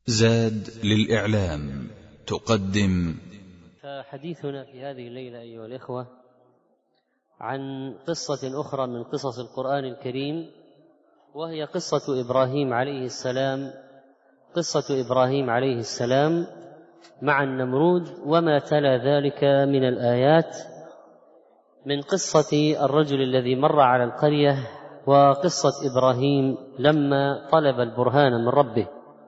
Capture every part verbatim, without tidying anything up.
زاد للإعلام تقدم. فحديثنا في هذه الليلة أيها الإخوة عن قصة أخرى من قصص القرآن الكريم، وهي قصة إبراهيم عليه السلام قصة إبراهيم عليه السلام مع النمرود وما تلا ذلك من الآيات من قصة الرجل الذي مر على القرية وقصة إبراهيم لما طلب البرهان من ربه.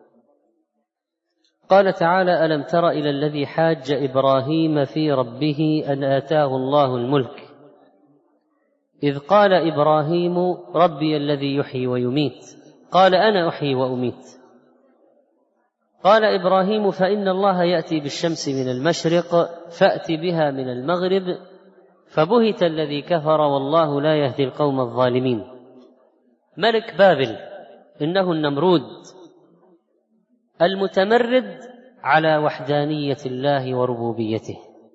قال تعالى: ألم تر إلى الذي حاج إبراهيم في ربه أن آتاه الله الملك إذ قال إبراهيم ربي الذي يحيي ويميت قال أنا أحيي وأميت. قال إبراهيم فإن الله يأتي بالشمس من المشرق فأت بها من المغرب فبهت الذي كفر والله لا يهدي القوم الظالمين. ملك بابل إنه النمرود المتمرد على وحدانية الله وربوبيته،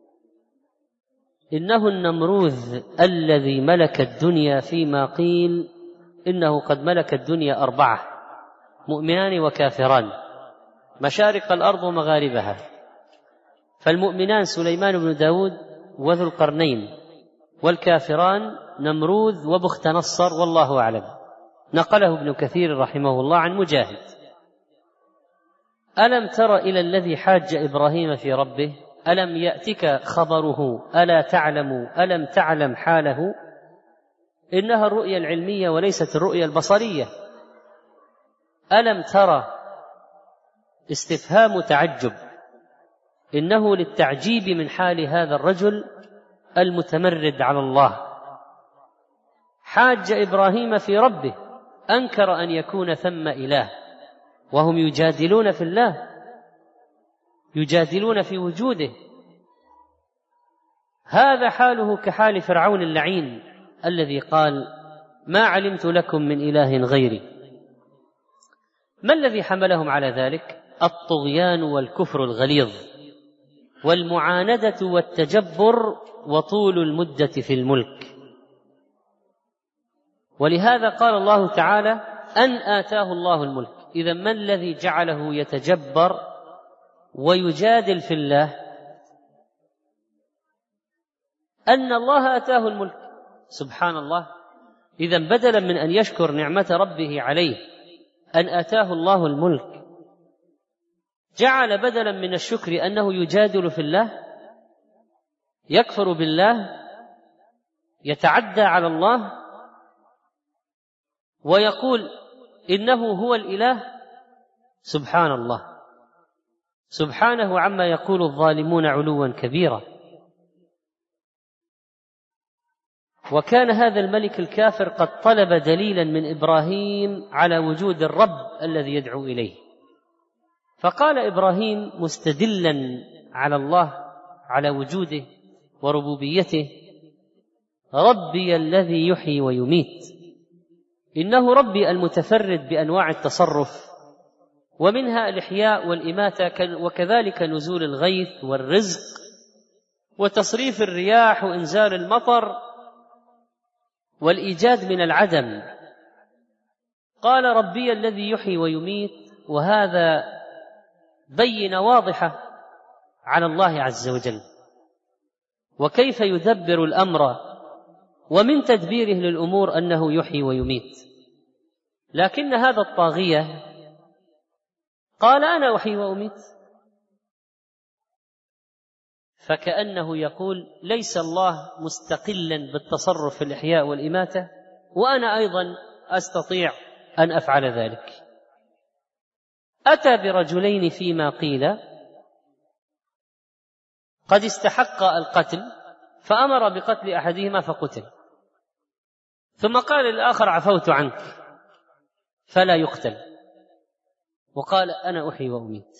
إنه النمروذ الذي ملك الدنيا، فيما قيل إنه قد ملك الدنيا أربعة: مؤمنان وكافران، مشارق الأرض ومغاربها. فالمؤمنان سليمان بن داود وذو القرنين، والكافران نمروذ وبخت نصر، والله أعلم. نقله ابن كثير رحمه الله عن مجاهد. ألم تر إلى الذي حاج إبراهيم في ربه، ألم يأتك خبره، ألا تعلم، ألم تعلم حاله. إنها الرؤية العلمية وليست الرؤية البصرية. ألم ترى استفهام تعجب، إنه للتعجيب من حال هذا الرجل المتمرد على الله. حاج إبراهيم في ربه، أنكر أن يكون ثم إله، وهم يجادلون في الله، يجادلون في وجوده. هذا حاله كحال فرعون اللعين الذي قال ما علمت لكم من إله غيري. ما الذي حملهم على ذلك؟ الطغيان والكفر الغليظ والمعاندة والتجبر وطول المدة في الملك. ولهذا قال الله تعالى أن آتاه الله الملك. إذا ما الذي جعله يتجبر ويجادل في الله؟ أن الله آتاه الملك، سبحان الله. إذا بدلا من أن يشكر نعمة ربه عليه أن آتاه الله الملك، جعل بدلا من الشكر أنه يجادل في الله، يكفر بالله، يتعدى على الله، ويقول إنه هو الإله. سبحان الله، سبحانه عما يقول الظالمون علوا كبيرا. وكان هذا الملك الكافر قد طلب دليلا من إبراهيم على وجود الرب الذي يدعو إليه، فقال إبراهيم مستدلا على الله، على وجوده وربوبيته: ربي الذي يحيي ويميت. إنه ربي المتفرد بأنواع التصرف، ومنها الإحياء والإماتة، وكذلك نزول الغيث والرزق وتصريف الرياح وإنزال المطر والإيجاد من العدم. قال ربي الذي يحيي ويميت، وهذا بينة واضحة على الله عز وجل، وكيف يدبر الأمر، ومن تدبيره للأمور أنه يحيي ويميت. لكن هذا الطاغية قال أنا أحيي وأميت، فكأنه يقول ليس الله مستقلا بالتصرف في الإحياء والإماتة، وأنا أيضا أستطيع أن أفعل ذلك. أتى برجلين فيما قيل قد استحق القتل، فأمر بقتل أحدهما فقتل، ثم قال للآخر عفوت عنك فلا يقتل، وقال أنا أحيي وأميت.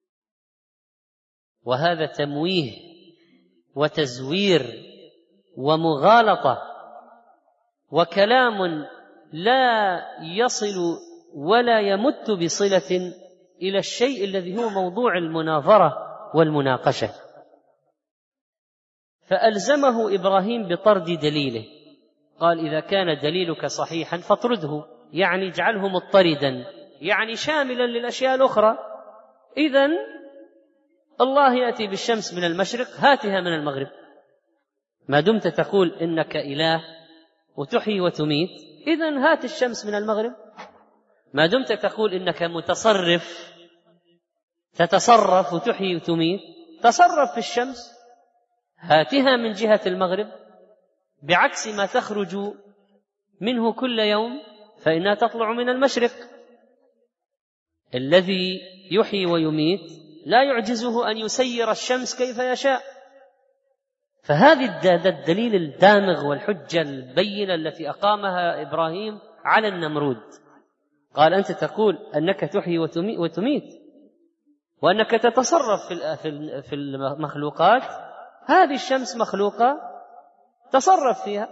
وهذا تمويه وتزوير ومغالطة وكلام لا يصل ولا يمت بصلة إلى الشيء الذي هو موضوع المناظرة والمناقشة. فألزمه إبراهيم بطرد دليله، قال إذا كان دليلك صحيحا فاطرده، يعني اجعله مضطردا، يعني شاملا للأشياء الأخرى. إذن الله يأتي بالشمس من المشرق هاتها من المغرب. ما دمت تقول إنك إله وتحيي وتميت، إذن هات الشمس من المغرب. ما دمت تقول إنك متصرف تتصرف وتحيي وتميت، تصرف في الشمس، هاتها من جهة المغرب، بعكس ما تخرج منه كل يوم فإنها تطلع من المشرق. الذي يحيي ويميت لا يعجزه أن يسير الشمس كيف يشاء. فهذه الدليل الدامغ والحجة البينة التي أقامها إبراهيم على النمرود. قال أنت تقول أنك تحيي وتميت وأنك تتصرف في المخلوقات، هذه الشمس مخلوقة، تصرف فيها،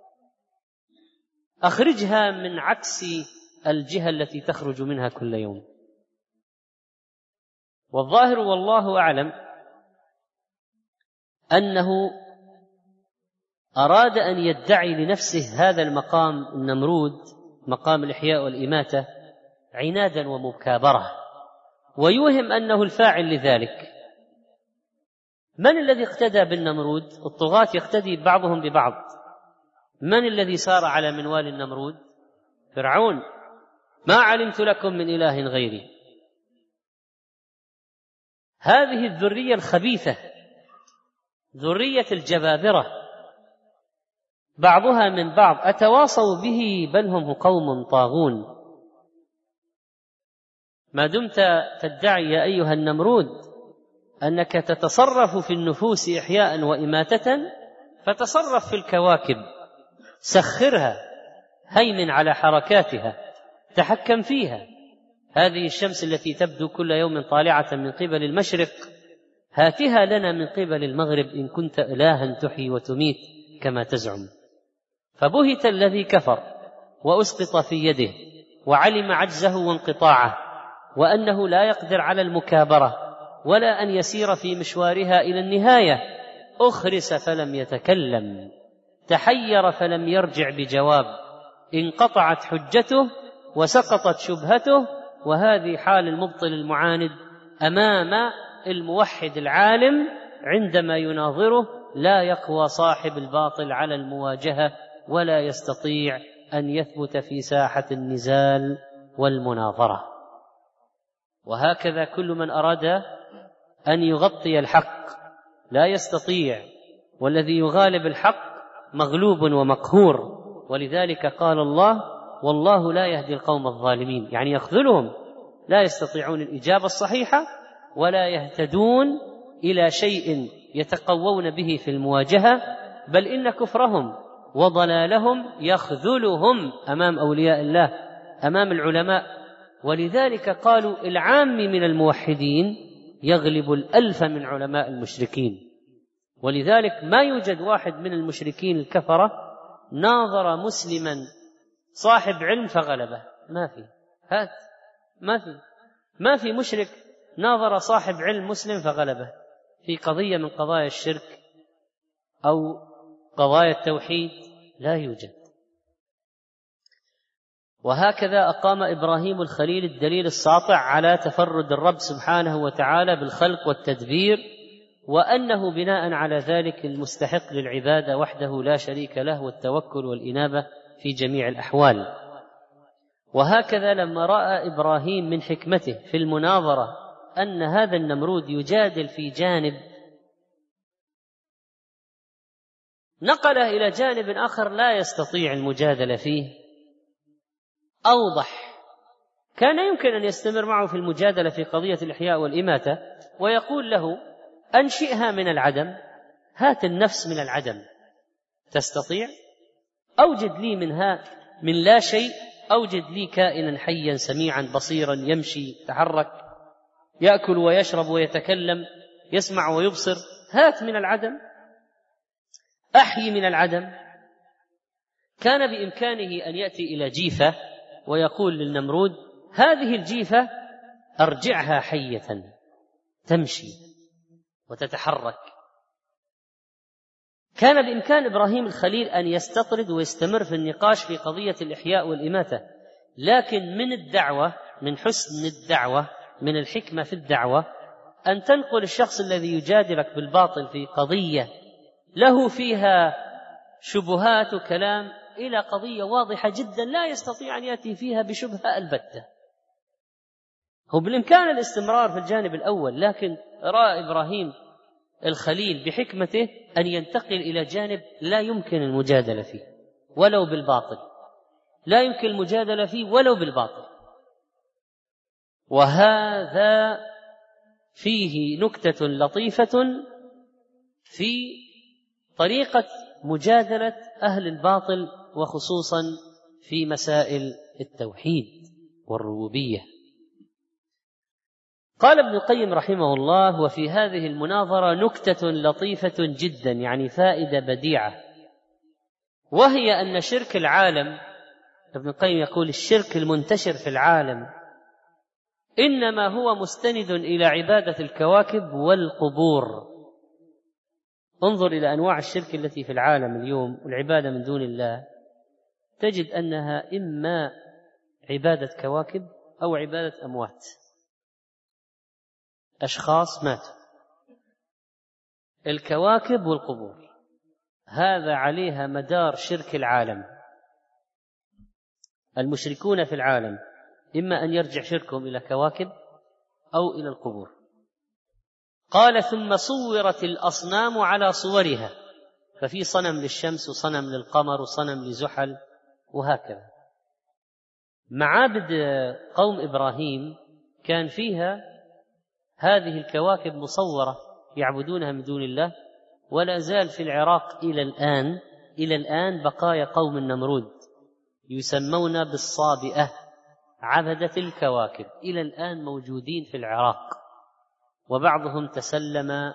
أخرجها من عكس الجهة التي تخرج منها كل يوم. والظاهر والله أعلم أنه أراد أن يدعي لنفسه هذا المقام النمرود، مقام الإحياء والإماتة، عنادا ومكابرة، ويوهم أنه الفاعل لذلك. من الذي اقتدى بالنمرود؟ الطغاة يقتدي بعضهم ببعض. من الذي سار على منوال النمرود؟ فرعون. ما علمت لكم من إله غيري. هذه الذرية الخبيثة، ذرية الجبابرة، بعضها من بعض، أتواصوا به بل هم قوم طاغون. ما دمت تدعي يا أيها النمرود أنك تتصرف في النفوس إحياء وإماتة، فتصرف في الكواكب، سخرها، هيمن على حركاتها، تحكم فيها. هذه الشمس التي تبدو كل يوم طالعة من قبل المشرق، هاتها لنا من قبل المغرب إن كنت إلها تحيي وتميت كما تزعم. فبهت الذي كفر وأسقط في يده وعلم عجزه وانقطاعه، وأنه لا يقدر على المكابرة ولا أن يسير في مشوارها إلى النهاية. أخرس فلم يتكلم، تحير فلم يرجع بجواب، انقطعت حجته وسقطت شبهته. وهذه حال المبطل المعاند أمام الموحد العالم عندما يناظره. لا يقوى صاحب الباطل على المواجهة ولا يستطيع أن يثبت في ساحة النزال والمناظرة. وهكذا كل من أراد أن يغطي الحق لا يستطيع، والذي يغالب الحق مغلوب ومقهور. ولذلك قال الله: والله لا يهدي القوم الظالمين، يعني يخذلهم، لا يستطيعون الإجابة الصحيحة ولا يهتدون إلى شيء يتقوون به في المواجهة، بل إن كفرهم وضلالهم يخذلهم أمام أولياء الله، أمام العلماء. ولذلك قالوا العام من الموحدين يغلب الألف من علماء المشركين. ولذلك ما يوجد واحد من المشركين الكفرة ناظر مسلما صاحب علم فغلبه، ما في. هات ما في ما في مشرك ناظر صاحب علم مسلم فغلبه في قضية من قضايا الشرك أو قضايا التوحيد، لا يوجد. وهكذا أقام إبراهيم الخليل الدليل الساطع على تفرد الرب سبحانه وتعالى بالخلق والتدبير، وأنه بناء على ذلك المستحق للعبادة وحده لا شريك له، والتوكل والإنابة في جميع الأحوال. وهكذا لما رأى إبراهيم من حكمته في المناظرة أن هذا النمرود يجادل في جانب، نقله إلى جانب آخر لا يستطيع المجادلة فيه، أوضح. كان يمكن أن يستمر معه في المجادلة في قضية الإحياء والإماتة ويقول له: أنشئها من العدم، هات النفس من العدم، تستطيع؟ أوجد لي منها من لا شيء، أوجد لي كائنا حيا سميعا بصيرا يمشي يتحرك يأكل ويشرب ويتكلم يسمع ويبصر، هات من العدم، أحيي من العدم. كان بإمكانه أن يأتي إلى جيفة ويقول للنمرود: هذه الجيفة أرجعها حية تمشي وتتحرك. كان بإمكان إبراهيم الخليل أن يستطرد ويستمر في النقاش في قضية الإحياء والإماتة، لكن من الدعوة، من حسن الدعوة من الحكمة في الدعوة أن تنقل الشخص الذي يجادلك بالباطل في قضية له فيها شبهات وكلام إلى قضية واضحة جدا لا يستطيع أن يأتي فيها بشبهة البتة. هو بالإمكان الاستمرار في الجانب الأول، لكن رأى إبراهيم الخليل بحكمته أن ينتقل إلى جانب لا يمكن المجادلة فيه ولو بالباطل، لا يمكن المجادلة فيه ولو بالباطل. وهذا فيه نكتة لطيفة في طريقة مجادلة أهل الباطل، وخصوصا في مسائل التوحيد والربوبية. قال ابن القيم رحمه الله: وفي هذه المناظرة نكتة لطيفة جدا، يعني فائدة بديعة، وهي أن شرك العالم، ابن القيم يقول الشرك المنتشر في العالم إنما هو مستند إلى عبادة الكواكب والقبور. انظر إلى أنواع الشرك التي في العالم اليوم والعبادة من دون الله، تجد أنها إما عبادة كواكب أو عبادة أموات، أشخاص ماتوا. الكواكب والقبور هذا عليها مدار شرك العالم. المشركون في العالم إما أن يرجع شركهم إلى كواكب أو إلى القبور. قال: ثم صورت الأصنام على صورها، ففي صنم للشمس وصنم للقمر وصنم لزحل وهكذا. معابد قوم إبراهيم كان فيها هذه الكواكب مصورة يعبدونها من دون الله، ولا زال في العراق إلى الآن إلى الآن بقايا قوم النمرود يسمون بالصابئة، عبدة الكواكب، إلى الآن موجودين في العراق، وبعضهم تسلم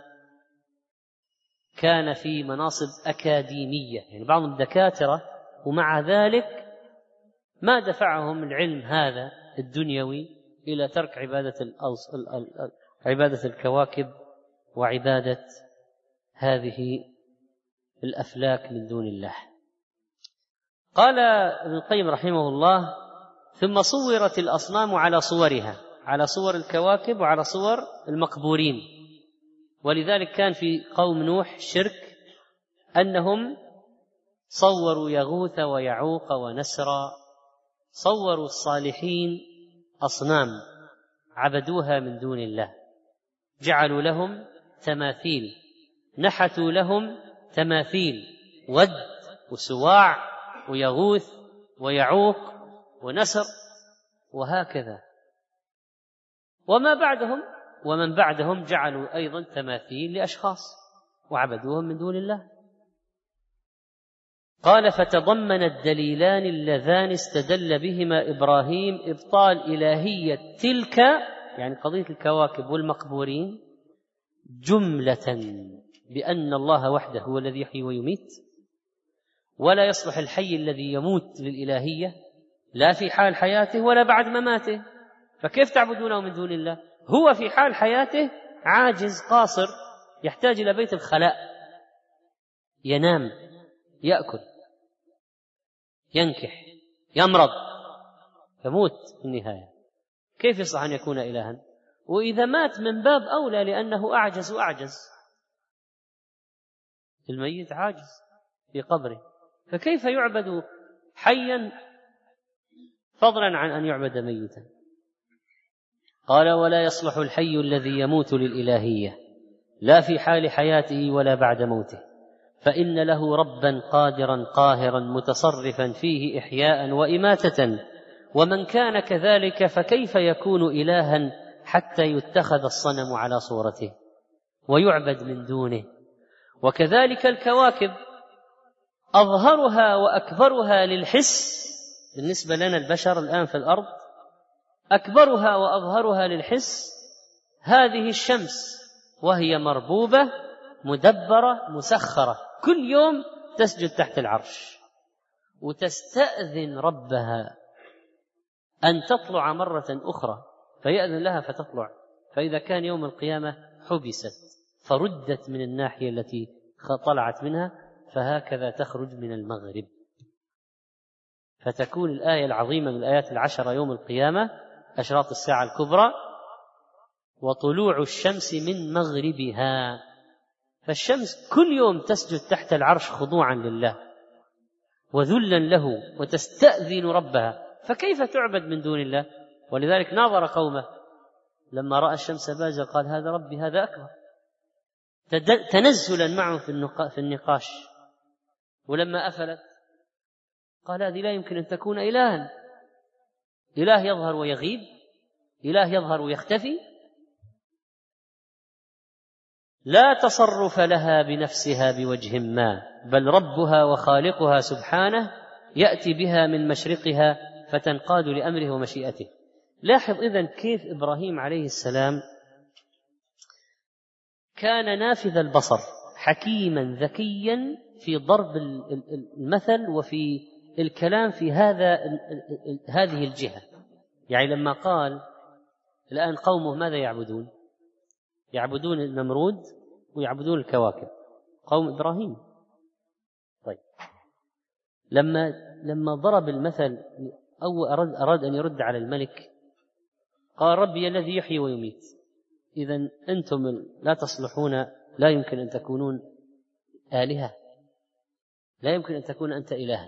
كان في مناصب أكاديمية، يعني بعضهم دكاترة، ومع ذلك ما دفعهم العلم هذا الدنيوي إلى ترك عبادة عبادة الكواكب وعبادة هذه الأفلاك من دون الله. قال ابن القيم رحمه الله: ثم صورت الأصنام على صورها، على صور الكواكب وعلى صور المقبورين. ولذلك كان في قوم نوح شرك أنهم صوروا يغوث ويعوق ونسرا، صوروا الصالحين أصنام عبدوها من دون الله، جعلوا لهم تماثيل، نحتوا لهم تماثيل ود وسواع ويغوث ويعوق ونسر وهكذا. وما بعدهم ومن بعدهم جعلوا أيضا تماثيل لأشخاص وعبدوهم من دون الله. قال: فتضمن الدليلان اللذان استدل بهما إبراهيم إبطال إلهية تلك، يعني قضية الكواكب والمقبورين، جملة بأن الله وحده هو الذي يحيي ويميت، ولا يصلح الحي الذي يموت للإلهية لا في حال حياته ولا بعد مماته، فكيف تعبدونه من دون الله؟ هو في حال حياته عاجز قاصر يحتاج إلى بيت الخلاء، ينام، يأكل، ينكح، يمرض، يموت في النهاية. كيف يصح أن يكون إلها؟ وإذا مات من باب أولى، لأنه أعجز وأعجز، الميت عاجز في قبره، فكيف يعبد حيا فضلا عن أن يعبد ميتا؟ قال: ولا يصلح الحي الذي يموت للإلهية لا في حال حياته ولا بعد موته، فإن له ربا قادرا قاهرا متصرفا فيه إحياء وإماتة، ومن كان كذلك فكيف يكون إلها حتى يتخذ الصنم على صورته ويعبد من دونه؟ وكذلك الكواكب أظهرها وأكبرها للحس بالنسبة لنا البشر الآن في الأرض، أكبرها وأظهرها للحس هذه الشمس، وهي مربوبة مدبرة مسخرة، كل يوم تسجد تحت العرش وتستأذن ربها أن تطلع مرة أخرى، فيأذن لها فتطلع، فإذا كان يوم القيامة حبست فردت من الناحية التي طلعت منها، فهكذا تخرج من المغرب، فتكون الآية العظيمة من الآيات العشرة يوم القيامة، أشراط الساعة الكبرى، وطلوع الشمس من مغربها، فالشمس كل يوم تسجد تحت العرش خضوعا لله وذلا له وتستأذن ربها، فكيف تعبد من دون الله؟ ولذلك ناظر قومه لما رأى الشمس بازغة قال هذا ربي هذا أكبر، تنزلا معه في النقاش. ولما أفلت قال هذه لا يمكن أن تكون إلها، إله يظهر ويغيب، إله يظهر ويختفي، لا تصرف لها بنفسها بوجه ما، بل ربها وخالقها سبحانه يأتي بها من مشرقها فتنقاد لأمره ومشيئته. لاحظ إذن كيف إبراهيم عليه السلام كان نافذ البصر، حكيما ذكيا في ضرب المثل وفي الكلام في هذا هذه الجهة. يعني لما قال الآن قومه ماذا يعبدون؟ يعبدون النمرود ويعبدون الكواكب، قوم إبراهيم. طيب لما لما ضرب المثل أو أراد, أراد أن يرد على الملك قال ربي الذي يحيي ويميت، إذن أنتم لا تصلحون، لا يمكن أن تكونون آلهة، لا يمكن أن تكون أنت إلها.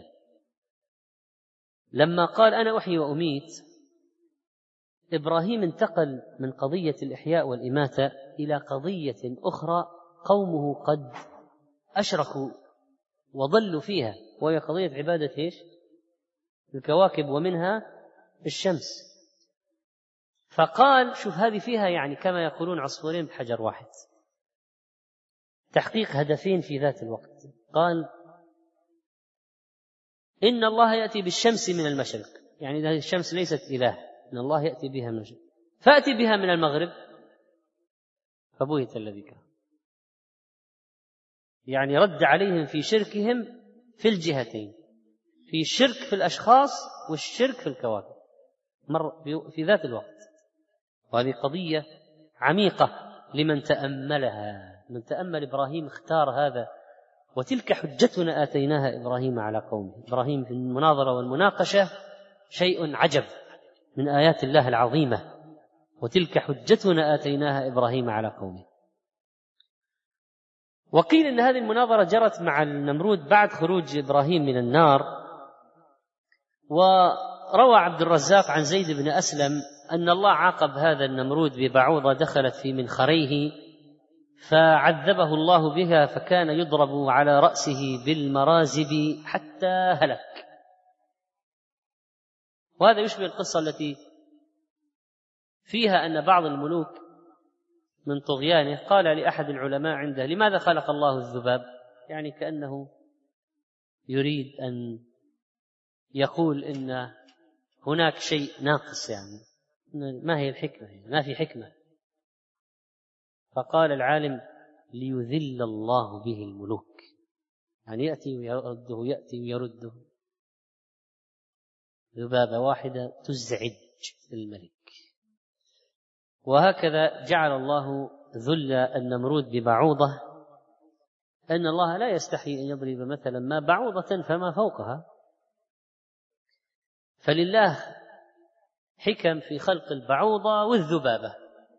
لما قال أنا أحيي وأميت، إبراهيم انتقل من قضية الإحياء والإماتة إلى قضية أخرى قومه قد أشركوا وضلوا فيها، وهي قضية عبادة إيش؟ الكواكب ومنها الشمس. فقال شوف هذه فيها يعني كما يقولون عصفورين بحجر واحد، تحقيق هدفين في ذات الوقت. قال إن الله يأتي بالشمس من المشرق، يعني هذه الشمس ليست إله، إن الله يأتي بها من المشرق، فأتي بها من المغرب فبهت الذي كان. يعني رد عليهم في شركهم في الجهتين، في الشرك في الأشخاص والشرك في الكواكب مر في ذات الوقت. وهذه قضية عميقة لمن تأملها، من تأمل إبراهيم اختار هذا. وتلك حجتنا آتيناها إبراهيم على قومه. إبراهيم في المناظرة والمناقشة شيء عجب من آيات الله العظيمة. وتلك حجتنا آتيناها إبراهيم على قومه. وقيل إن هذه المناظرة جرت مع النمرود بعد خروج إبراهيم من النار. وروى عبد الرزاق عن زيد بن أسلم أن الله عاقب هذا النمرود ببعوضة دخلت في منخريه فعذبه الله بها، فكان يضرب على رأسه بالمرازب حتى هلك. وهذا يشبه القصة التي فيها أن بعض الملوك من طغيانه قال لأحد العلماء عنده لماذا خلق الله الذباب؟ يعني كأنه يريد أن يقول إن هناك شيء ناقص، يعني ما هي الحكمة؟ ما في حكمة. فقال العالم ليذل الله به الملوك، يعني يأتي ويرده يأتي ويرده، ذبابة واحدة تزعج الملك. وهكذا جعل الله ذل النمرود ببعوضة، أن الله لا يستحي أن يضرب مثلا ما بعوضة فما فوقها. فلله حكم في خلق البعوضة والذبابة.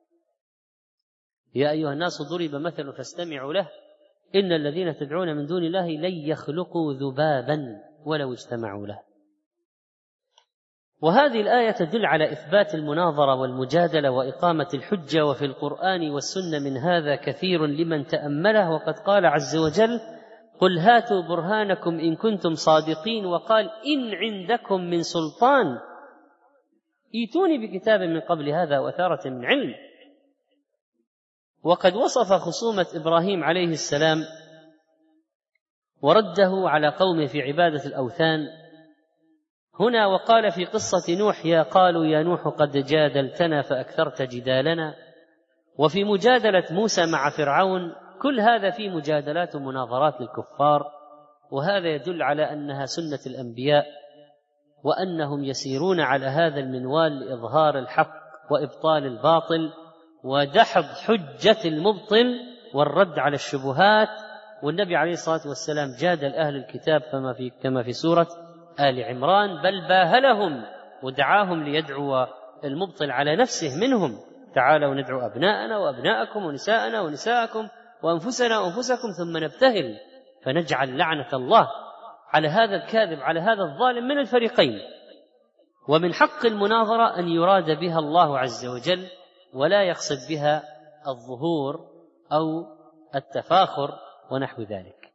يا أيها الناس ضرب مثل فاستمعوا له إن الذين تدعون من دون الله لن يخلقوا ذبابا ولو اجتمعوا له. وهذه الآية تدل على إثبات المناظرة والمجادلة وإقامة الحجة، وفي القرآن والسنة من هذا كثير لمن تأمله. وقد قال عز وجل قل هاتوا برهانكم إن كنتم صادقين، وقال إن عندكم من سلطان ائتوني بكتاب من قبل هذا وأثارة من علم. وقد وصف خصومة إبراهيم عليه السلام ورده على قومه في عبادة الأوثان هنا، وقال في قصة نوح يا قالوا يا نوح قد جادلتنا فأكثرت جدالنا. وفي مجادلة موسى مع فرعون، كل هذا في مجادلات ومناظرات للكفار. وهذا يدل على أنها سنة الأنبياء، وأنهم يسيرون على هذا المنوال لإظهار الحق وإبطال الباطل ودحض حجة المبطل والرد على الشبهات. والنبي عليه الصلاة والسلام جادل أهل الكتاب كما في, كما في سورة آل عمران، بل باهلهم ودعاهم ليدعو المبطل على نفسه منهم تعالوا ندعو أبناءنا وأبناءكم ونساءنا ونساءكم وأنفسنا وأنفسكم ثم نبتهل فنجعل لعنة الله على هذا الكاذب على هذا الظالم من الفريقين. ومن حق المناظرة أن يراد بها الله عز وجل ولا يقصد بها الظهور أو التفاخر ونحو ذلك.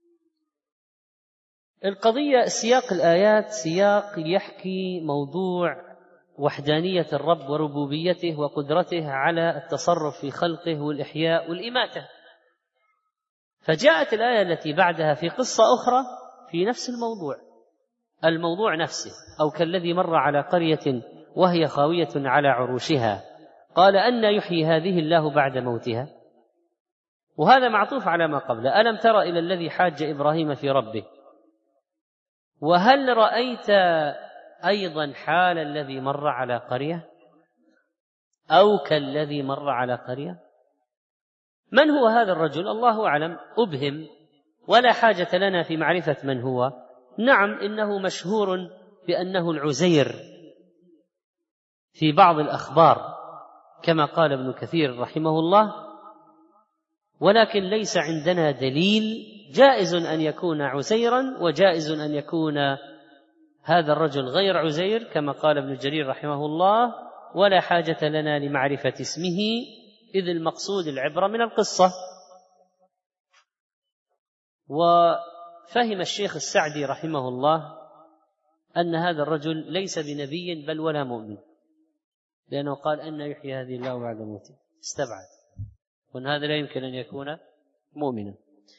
القضية سياق الآيات سياق يحكي موضوع وحدانية الرب وربوبيته وقدرته على التصرف في خلقه والإحياء والإماتة، فجاءت الآية التي بعدها في قصة أخرى في نفس الموضوع الموضوع نفسه، أو كالذي مر على قرية وهي خاوية على عروشها قال أن يحيي هذه الله بعد موتها، وهذا معطوف على ما قبله. ألم تر إلى الذي حاج إبراهيم في ربه وهل رأيت أيضا حال الذي مر على قرية أو كالذي مر على قرية. من هو هذا الرجل؟ الله أعلم، أبهم ولا حاجة لنا في معرفة من هو. نعم إنه مشهور بأنه العزير في بعض الأخبار كما قال ابن كثير رحمه الله، ولكن ليس عندنا دليل. جائز أن يكون عزيرا وجائز أن يكون هذا الرجل غير عزير كما قال ابن جرير رحمه الله، ولا حاجة لنا لمعرفة اسمه إذ المقصود العبرة من القصة. وفهم الشيخ السعدي رحمه الله أن هذا الرجل ليس بنبي بل ولا مؤمن، لأنه قال أن يحيي هذه الله بعد موته، استبعد، وأن هذا لا يمكن أن يكون مؤمنا.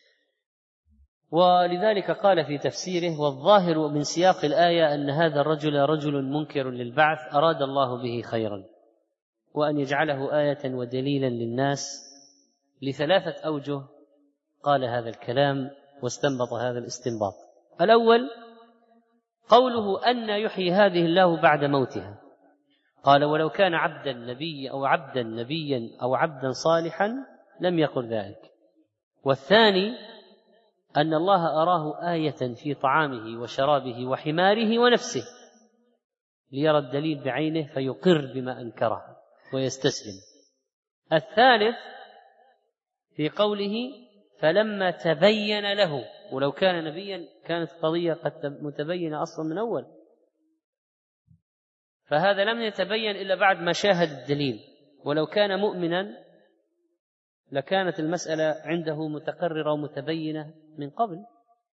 ولذلك قال في تفسيره: والظاهر من سياق الآية أن هذا الرجل رجل منكر للبعث أراد الله به خيرا، وأن يجعله آية ودليلا للناس لثلاثة أوجه. قال هذا الكلام واستنبط هذا الاستنباط. الأول قوله أن يحيي هذه الله بعد موتها، قال: ولو كان عبدا نبي أو عبدا نبيا أو عبدا صالحا لم يقل ذلك. والثاني أن الله أراه آية في طعامه وشرابه وحماره ونفسه ليرى الدليل بعينه فيقر بما أنكره ويستسلم. الثالث في قوله فلما تبين له، ولو كان نبيا كانت قضية قد متبينة أصلا من أول، فهذا لم يتبين إلا بعد ما شاهد الدليل. ولو كان مؤمنا لكانت المسألة عنده متقررة ومتبينة من قبل.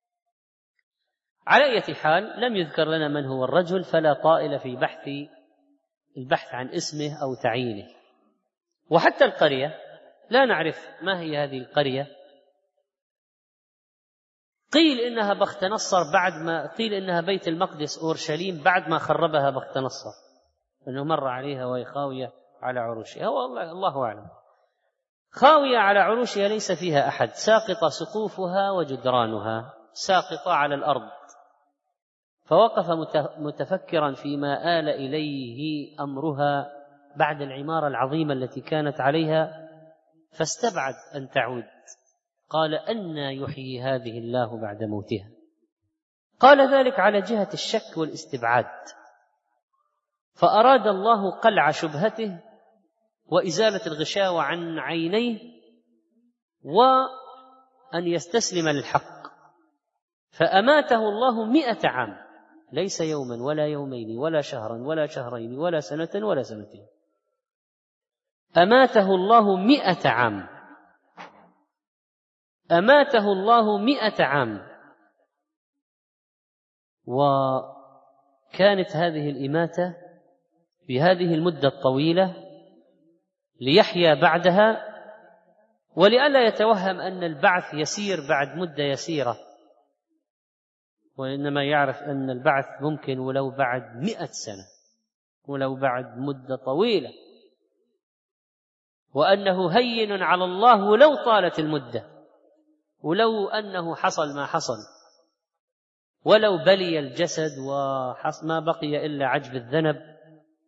على أي حال لم يذكر لنا من هو الرجل، فلا طائل في بحث البحث عن اسمه أو تعيينه. وحتى القرية لا نعرف ما هي هذه القرية. قيل إنها بخت نصر بعد ما قيل إنها بيت المقدس أورشليم بعد ما خربها بخت نصر، أنه مر عليها وهي خاوية على عروشها، والله الله أعلم. خاوية على عروشها ليس فيها أحد، ساقطة سقوفها وجدرانها، ساقطة على الأرض. فوقف متفكرا فيما آل إليه أمرها بعد العمارة العظيمة التي كانت عليها، فاستبعد أن تعود. قال: أن يحيي هذه الله بعد موتها. قال ذلك على جهة الشك والاستبعاد، فأراد الله قلع شبهته وإزالة الغشاوة عن عينيه وأن يستسلم للحق، فأماته الله مئة عام، ليس يوما ولا يومين ولا شهرا ولا شهرين ولا سنة ولا سنتين، أماته الله مئة عام، أماته الله مئة عام. وكانت هذه الإماتة في هذه المدة الطويلة ليحيا بعدها، ولئلا يتوهم أن البعث يسير بعد مدة يسيرة، وإنما يعرف أن البعث ممكن ولو بعد مئة سنة، ولو بعد مدة طويلة، وأنه هين على الله ولو طالت المدة، ولو أنه حصل ما حصل، ولو بلي الجسد وما بقي إلا عجب الذنب.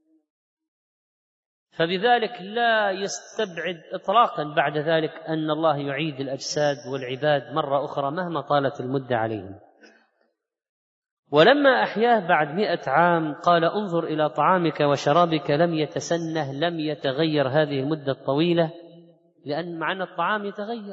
فبذلك لا يستبعد إطلاقا بعد ذلك أن الله يعيد الأجساد والعباد مرة أخرى مهما طالت المدة عليهم. ولما أحياه بعد مئة عام قال انظر إلى طعامك وشرابك لم يتسنه، لم يتغير هذه المدة الطويلة، لأن معنى الطعام يتغير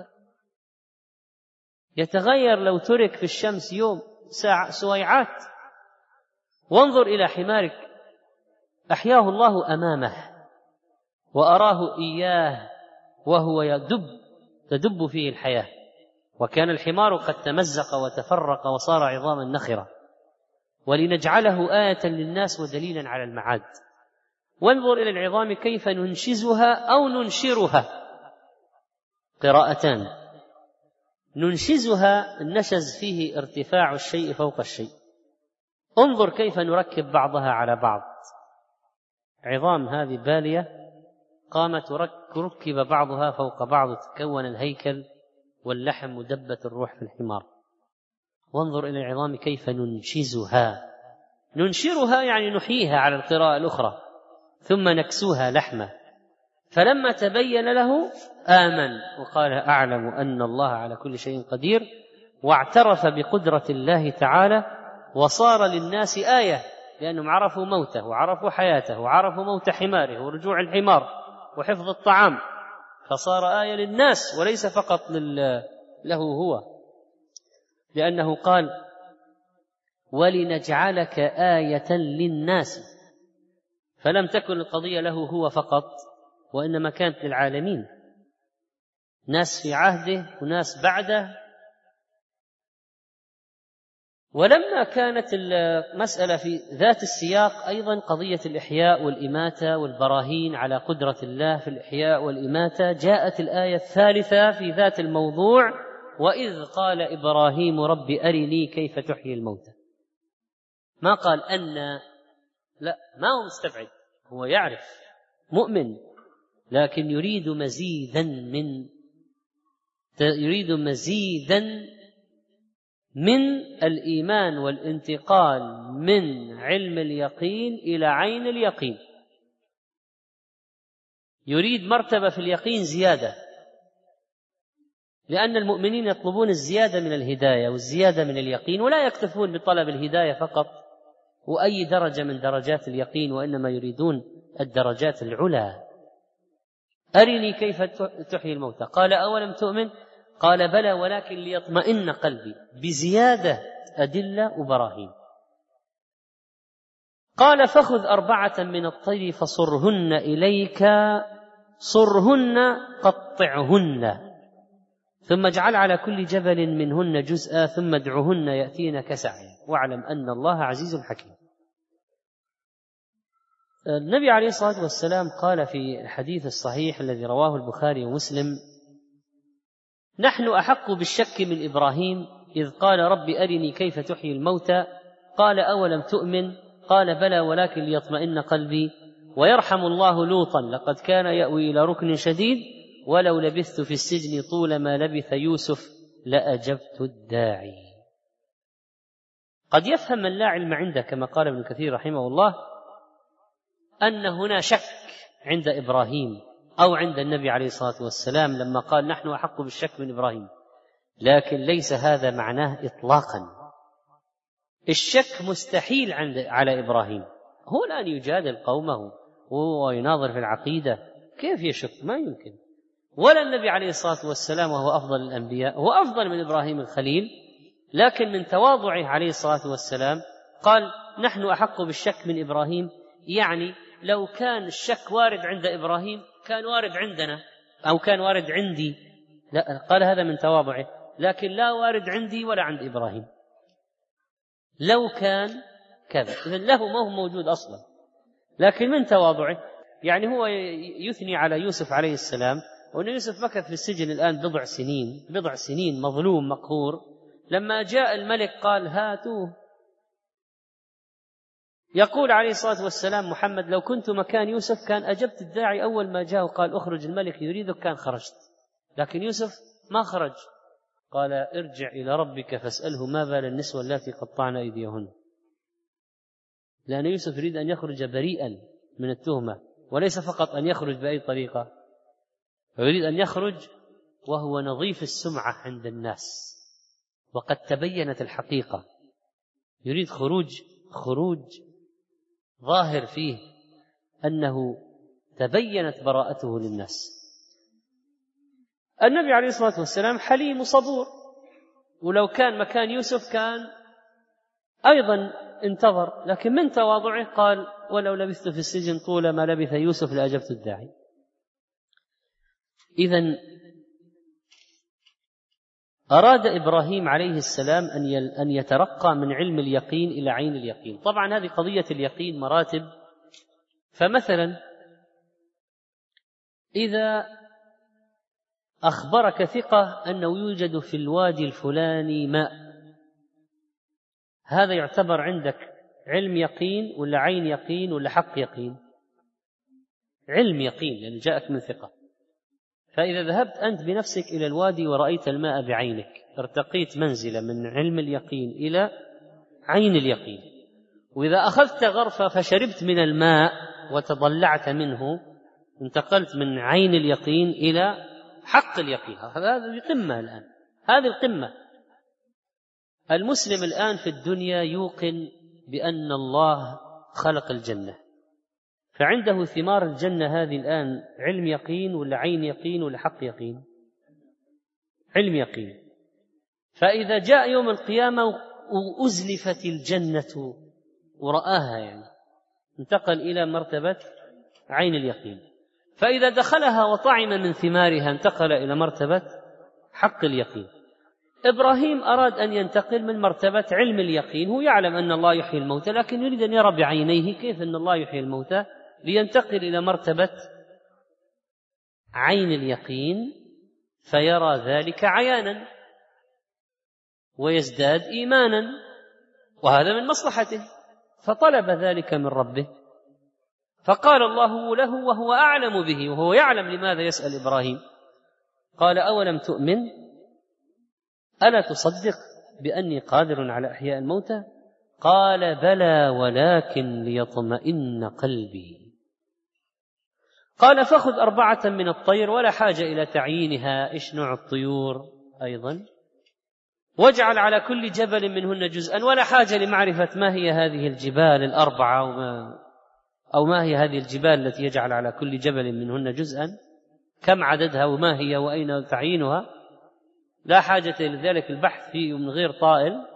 يتغير لو ترك في الشمس يوم ساعة سويعات. وانظر إلى حمارك أحياه الله أمامه وأراه إياه وهو يدب تدب فيه الحياة، وكان الحمار قد تمزق وتفرق وصار عظاما نخرة، ولنجعله آية للناس ودليلا على المعاد. وانظر إلى العظام كيف ننشزها أو ننشرها، قراءتان. ننشزها النشز فيه ارتفاع الشيء فوق الشيء، انظر كيف نركب بعضها على بعض. عظام هذه بالية قامت ركب بعضها فوق بعض تكون الهيكل واللحم مدبة الروح في الحمار. وانظر إلى العظام كيف ننشزها، ننشرها يعني نحييها على القراءة الأخرى، ثم نكسوها لحمة. فلما تبين له آمن وقال أعلم أن الله على كل شيء قدير، واعترف بقدرة الله تعالى، وصار للناس آية، لأنهم عرفوا موته وعرفوا حياته وعرفوا موت حماره ورجوع الحمار وحفظ الطعام، فصار آية للناس وليس فقط له هو، لأنه قال ولنجعلك آية للناس، فلم تكن القضية له هو فقط، وإنما كانت للعالمين، ناس في عهده وناس بعده. ولما كانت المسألة في ذات السياق أيضا قضية الإحياء والإماتة والبراهين على قدرة الله في الإحياء والإماتة، جاءت الآية الثالثة في ذات الموضوع: وإذ قال إبراهيم رب أرني كيف تحيي الموتى. ما قال أن، لا، ما هو مستبعد، هو يعرف مؤمن، لكن يريد مزيدا من يريد مزيدا من الإيمان والانتقال من علم اليقين إلى عين اليقين، يريد مرتبة في اليقين زيادة، لأن المؤمنين يطلبون الزيادة من الهداية والزيادة من اليقين، ولا يكتفون بطلب الهداية فقط وأي درجة من درجات اليقين، وإنما يريدون الدرجات العلى. أرني كيف تحيي الموتى، قال أولم تؤمن، قال بلى ولكن ليطمئن قلبي، بزيادة أدلة وبراهين. قال فخذ أربعة من الطير فصرهن إليك، صرهن قطعهن، ثم اجعل على كل جبل منهن جزءا ثم ادعهن يأتينك سعيا واعلم أن الله عزيز حكيم. النبي عليه الصلاة والسلام قال في الحديث الصحيح الذي رواه البخاري ومسلم: نحن أحق بالشك من إبراهيم إذ قال رب أرني كيف تحيي الموتى، قال أولم تؤمن، قال بلى ولكن ليطمئن قلبي، ويرحم الله لوطا لقد كان يأوي إلى ركن شديد، ولو لبثت في السجن طول ما لبث يوسف لأجبت الداعي. قد يفهم من لا علم عنده كما قال ابن كثير رحمه الله أن هنا شك عند إبراهيم أو عند النبي عليه الصلاة والسلام لما قال نحن أحق بالشك من إبراهيم، لكن ليس هذا معناه إطلاقا. الشك مستحيل عند على إبراهيم، هو الآن يجادل قومه ويناظر في العقيدة، كيف يشك؟ ما يمكن. ولا النبي عليه الصلاة والسلام وهو أفضل الأنبياء، هو أفضل من إبراهيم الخليل، لكن من تواضعه عليه الصلاة والسلام قال نحن أحق بالشك من إبراهيم، يعني لو كان الشك وارد عند إبراهيم كان وارد عندنا أو كان وارد عندي، لا، قال هذا من تواضعه، لكن لا وارد عندي ولا عند إبراهيم. لو كان كذا إذن له ما هو موجود أصلا، لكن من تواضعه يعني هو يثني على يوسف عليه السلام، وأن يوسف مكث في السجن الآن بضع سنين بضع سنين مظلوم مقهور، لما جاء الملك قال هاتوه. يقول عليه الصلاة والسلام محمد لو كنت مكان يوسف كان أجبت الداعي أول ما جاء وقال أخرج الملك يريدك كان خرجت، لكن يوسف ما خرج، قال ارجع إلى ربك فاسأله ما بال النسوة التي قطعن أيديهن، لأن يوسف يريد أن يخرج بريئا من التهمة، وليس فقط أن يخرج بأي طريقة، يريد أن يخرج وهو نظيف السمعة عند الناس، وقد تبينت الحقيقة، يريد خروج خروج ظاهر فيه أنه تبينت براءته للناس. النبي عليه الصلاة والسلام حليم صبور، ولو كان مكان يوسف كان أيضا انتظر، لكن من تواضعه قال ولو لبثت في السجن طول ما لبث يوسف لأجبت الداعي. إذن أراد إبراهيم عليه السلام أن يترقى من علم اليقين إلى عين اليقين. طبعا هذه قضية اليقين مراتب. فمثلا إذا أخبرك ثقة أنه يوجد في الوادي الفلاني ماء، هذا يعتبر عندك علم يقين ولا عين يقين ولا حق يقين؟ علم يقين، لأن جاءك من ثقة. فإذا ذهبت أنت بنفسك إلى الوادي ورأيت الماء بعينك، ارتقيت منزلة من علم اليقين إلى عين اليقين. وإذا أخذت غرفة فشربت من الماء وتضلعت منه، انتقلت من عين اليقين إلى حق اليقين. هذا القمة الآن، هذه القمة. المسلم الآن في الدنيا يوقن بأن الله خلق الجنة، فعنده ثمار الجنة هذه الآن علم يقين ولا عين يقين ولا حق يقين؟ علم يقين. فإذا جاء يوم القيامة وأزلفت الجنة ورآها، يعني انتقل إلى مرتبة عين اليقين. فإذا دخلها وطعم من ثمارها انتقل إلى مرتبة حق اليقين. إبراهيم أراد أن ينتقل من مرتبة علم اليقين، هو يعلم أن الله يحيي الموتى لكن يريد أن يرى بعينيه كيف أن الله يحيي الموتى، لينتقل إلى مرتبة عين اليقين فيرى ذلك عيانا ويزداد إيمانا، وهذا من مصلحته، فطلب ذلك من ربه. فقال الله له وهو أعلم به، وهو يعلم لماذا يسأل إبراهيم، قال أولم تؤمن؟ ألا تصدق بأني قادر على إحياء الموتى؟ قال بلى ولكن ليطمئن قلبي. قال فخذ أربعة من الطير ولا حاجة إلى تعيينها إيش نوع الطيور أيضا، واجعل على كل جبل منهن جزءا، ولا حاجة لمعرفة ما هي هذه الجبال الأربعة وما أو ما هي هذه الجبال التي يجعل على كل جبل منهن جزءا، كم عددها وما هي وأين تعيينها، لا حاجة لذلك البحث فيه من غير طائل.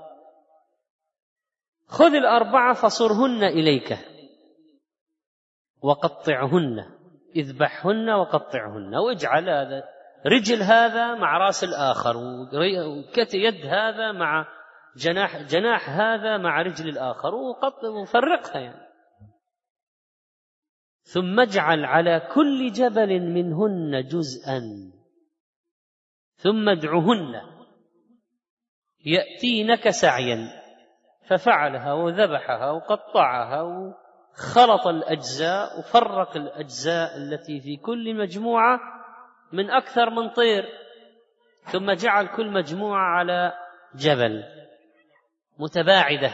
خذ الأربعة فصرهن إليك وقطعهن، اذبحهن وقطعهن، واجعل هذا رجل هذا مع رأس الآخر، ويد هذا مع جناح جناح هذا مع رجل الآخر، وقطع وفرقها يعني. ثم اجعل على كل جبل منهن جزءا ثم ادعهن يأتينك سعيا. ففعلها وذبحها وقطعها وخلط الأجزاء وفرق الأجزاء التي في كل مجموعة من أكثر من طير، ثم جعل كل مجموعة على جبل متباعدة،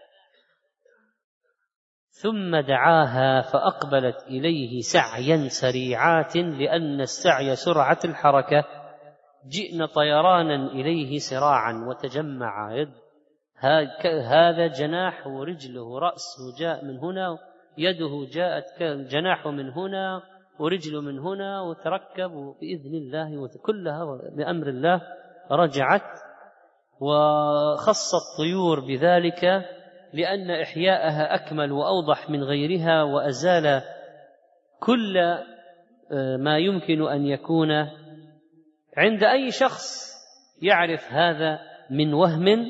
ثم دعاها فأقبلت إليه سعيا سريعات، لأن السعي سرعة الحركة، جئن طيرانا إليه سراعا وتجمع يد، هذا جناح ورجله رأسه جاء من هنا، يده جاءت جناحه من هنا ورجله من هنا، وتركب بإذن الله، وكلها بأمر الله رجعت. وخص الطيور بذلك لأن إحياءها أكمل وأوضح من غيرها، وأزال كل ما يمكن أن يكون عند أي شخص يعرف هذا من وهم،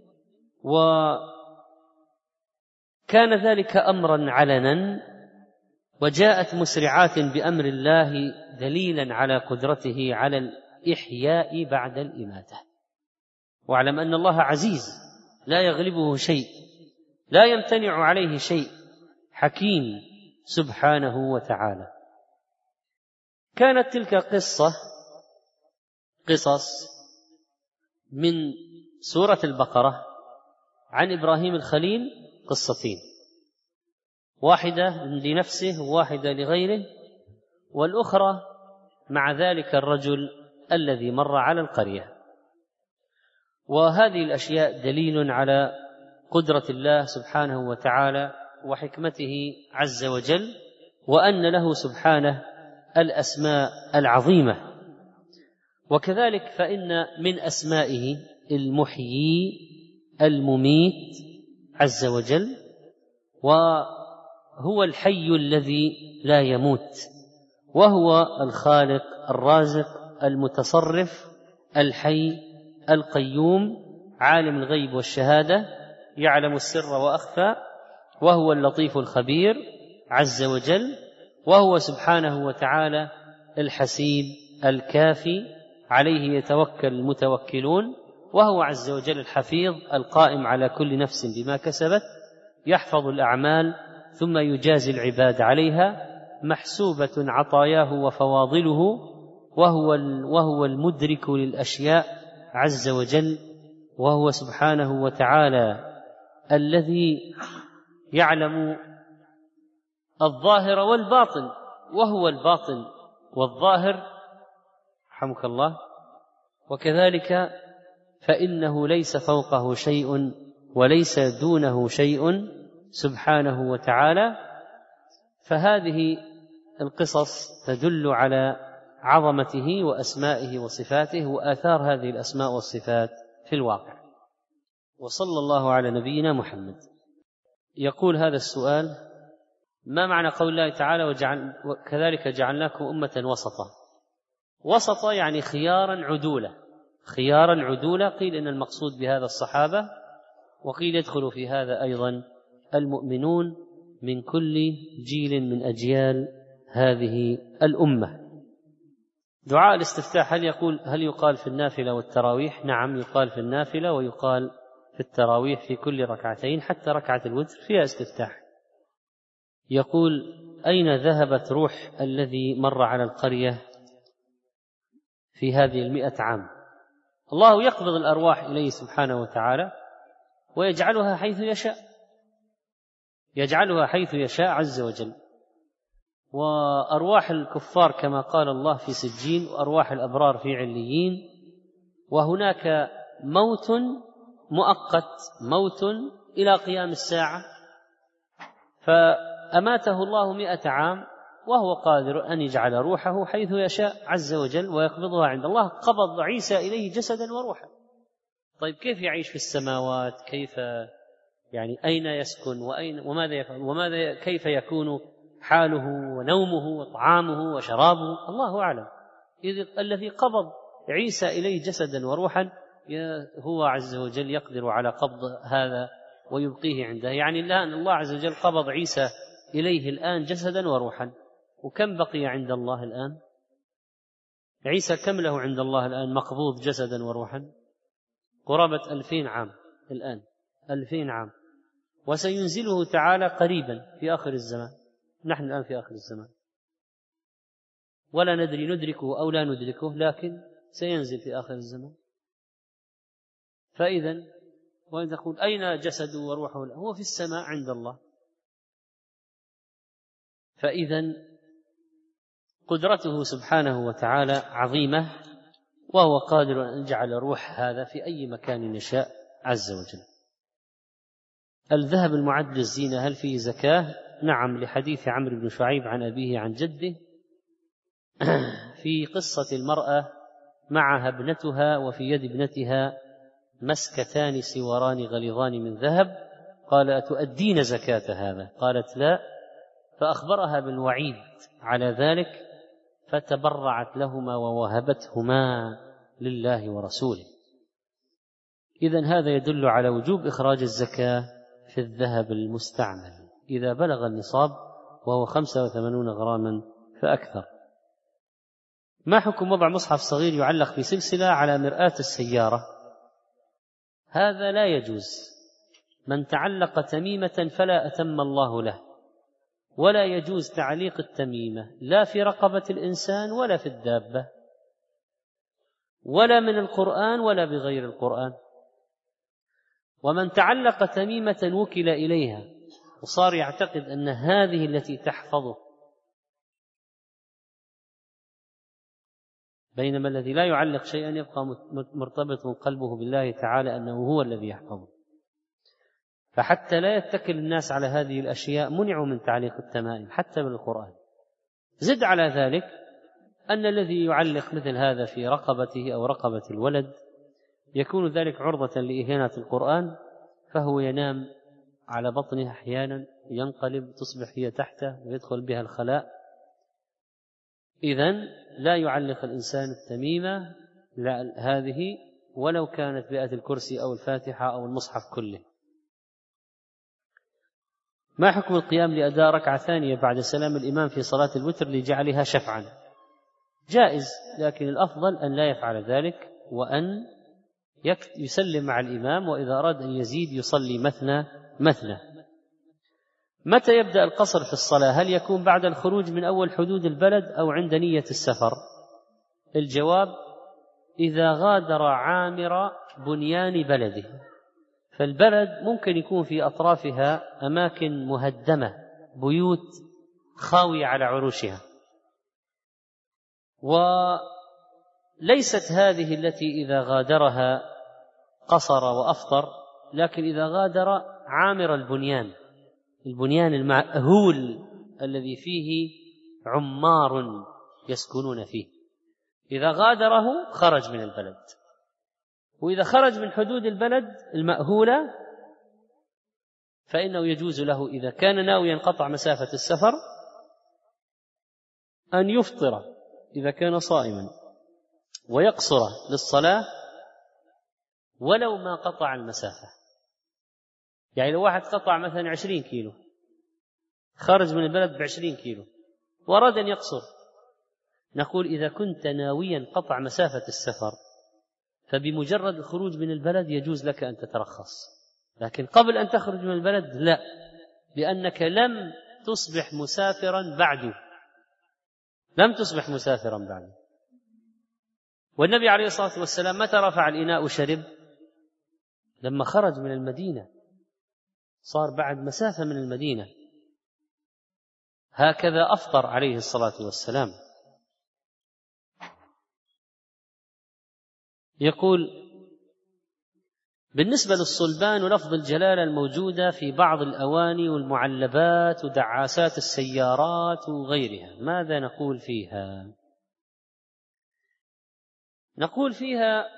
وكان ذلك أمرا علنا، وجاءت مسرعات بأمر الله دليلا على قدرته على الإحياء بعد الإماتة. واعلم أن الله عزيز لا يغلبه شيء، لا يمتنع عليه شيء، حكيم سبحانه وتعالى. كانت تلك قصة قصص من سورة البقرة عن إبراهيم الخليل، قصتين، واحدة لنفسه وواحدة لغيره، والأخرى مع ذلك الرجل الذي مر على القرية. وهذه الأشياء دليل على قدرة الله سبحانه وتعالى وحكمته عز وجل، وأن له سبحانه الأسماء العظيمة. وكذلك فإن من أسمائه المحيي المميت عز وجل، وهو الحي الذي لا يموت، وهو الخالق الرازق المتصرف الحي القيوم، عالم الغيب والشهادة، يعلم السر وأخفى، وهو اللطيف الخبير عز وجل، وهو سبحانه وتعالى الحسيب الكافي، عليه يتوكل المتوكلون، وهو عز وجل الحفيظ القائم على كل نفس بما كسبت، يحفظ الأعمال ثم يجازي العباد عليها، محسوبة عطاياه وفواضله، وهو وهو المدرك للأشياء عز وجل، وهو سبحانه وتعالى الذي يعلم الظاهر والباطن، وهو الباطن والظاهر رحمك الله. وكذلك فإنه ليس فوقه شيء وليس دونه شيء سبحانه وتعالى. فهذه القصص تدل على عظمته وأسمائه وصفاته وآثار هذه الأسماء والصفات في الواقع. وصلى الله على نبينا محمد. يقول هذا السؤال: ما معنى قول الله تعالى وجعل كذلك جعلناكم أمة وسطا؟ وسطا يعني خيارا عدولا، خيارا عدولا. قيل إن المقصود بهذا الصحابة، وقيل يدخل في هذا أيضا المؤمنون من كل جيل من أجيال هذه الأمة. دعاء الاستفتاح هل يقول هل يقال في النافلة والتراويح؟ نعم، يقال في النافلة ويقال في التراويح في كل ركعتين، حتى ركعة الوتر فيها استفتاح. يقول: أين ذهبت روح الذي مر على القرية في هذه المئة عام؟ الله يقبض الأرواح إليه سبحانه وتعالى ويجعلها حيث يشاء، يجعلها حيث يشاء عز وجل. وأرواح الكفار كما قال الله في سجين، وأرواح الأبرار في عليين. وهناك موت مؤقت، موت إلى قيام الساعة، فأماته الله مئة عام وهو قادر أن يجعل روحه حيث يشاء عز وجل ويقبضها عند الله. قبض عيسى إليه جسدا وروحا. طيب كيف يعيش في السماوات؟ كيف يعني أين يسكن وأين وماذا يفعل وماذا كيف يكون حاله ونومه وطعامه وشرابه؟ الله أعلم. إذ الذي قبض عيسى إليه جسدا وروحا هو عز وجل يقدر على قبض هذا ويبقيه عنده. يعني الآن الله عز وجل قبض عيسى إليه الآن جسدا وروحا، وكم بقي عند الله الآن؟ عيسى كم له عند الله الآن مقبوض جسدا وروحا؟ قرابة ألفين عام الآن، ألفين عام. وسينزله تعالى قريبا في آخر الزمان. نحن الآن في آخر الزمان، ولا ندري ندركه أو لا ندركه، لكن سينزل في آخر الزمان. فإذا وإن تقول أين جسده وروحه؟ هو في السماء عند الله. فإذا قدرته سبحانه وتعالى عظيمة، وهو قادر أن يجعل روح هذا في أي مكان يشاء عز وجل. الذهب المعد للزينة هل فيه زكاة؟ نعم، لحديث عمرو بن شعيب عن أبيه عن جده في قصة المرأة معها ابنتها وفي يد ابنتها مسكتان سواران غليظان من ذهب، قال: أتؤدين زكاة هذا؟ قالت: لا. فأخبرها بالوعيد على ذلك، فتبرعت لهما ووهبتهما لله ورسوله. إذن هذا يدل على وجوب إخراج الزكاة في الذهب المستعمل إذا بلغ النصاب، وهو خمسة وثمانون غراما فأكثر. ما حكم وضع مصحف صغير يعلق في سلسلة على مرآة السيارة؟ هذا لا يجوز. من تعلق تميمة فلا أتم الله له، ولا يجوز تعليق التميمة لا في رقبة الإنسان ولا في الدابة، ولا من القرآن ولا بغير القرآن. ومن تعلق تميمة وكل إليها وصار يعتقد أن هذه التي تحفظه، بينما الذي لا يعلق شيئا يبقى مرتبط قلبه بالله تعالى أنه هو الذي يحفظه. فحتى لا يتكل الناس على هذه الأشياء منعوا من تعليق التمائم حتى بالقرآن. زد على ذلك أن الذي يعلق مثل هذا في رقبته أو رقبة الولد يكون ذلك عرضة لإهانة القرآن، فهو ينام على بطنه أحيانا، ينقلب تصبح هي تحته ويدخل بها الخلاء. إذن لا يعلق الإنسان التميمة هذه ولو كانت بآية الكرسي أو الفاتحة أو المصحف كله. ما حكم القيام لأداء ركعة ثانية بعد سلام الإمام في صلاة الوتر لجعلها شفعا؟ جائز، لكن الأفضل أن لا يفعل ذلك وأن يسلم مع الإمام، وإذا أراد أن يزيد يصلي مثنى مثنى. متى يبدأ القصر في الصلاة؟ هل يكون بعد الخروج من أول حدود البلد أو عند نية السفر؟ الجواب: إذا غادر عامر بنيان بلده، فالبلد ممكن يكون في أطرافها أماكن مهدمة، بيوت خاوية على عروشها، وليست هذه التي إذا غادرها قصر وأفطر، لكن إذا غادر عامر البنيان، البنيان المأهول الذي فيه عمار يسكنون فيه، إذا غادره خرج من البلد. وإذا خرج من حدود البلد المأهولة فإنه يجوز له إذا كان ناويا قطع مسافة السفر أن يفطر إذا كان صائما ويقصر للصلاة ولو ما قطع المسافة. يعني لو واحد قطع مثلا عشرين كيلو، خرج من البلد بعشرين كيلو وأراد أن يقصر، نقول إذا كنت ناويا قطع مسافة السفر فبمجرد الخروج من البلد يجوز لك أن تترخص، لكن قبل أن تخرج من البلد لا، لأنك لم تصبح مسافرا بعد، لم تصبح مسافرا بعد. والنبي عليه الصلاة والسلام متى رفع الإناء وشرب؟ لما خرج من المدينة، صار بعد مسافة من المدينة. هكذا أفطر عليه الصلاة والسلام. يقول: بالنسبة للصلبان ولفظ الجلالة الموجودة في بعض الأواني والمعلبات ودعاسات السيارات وغيرها، ماذا نقول فيها؟ نقول فيها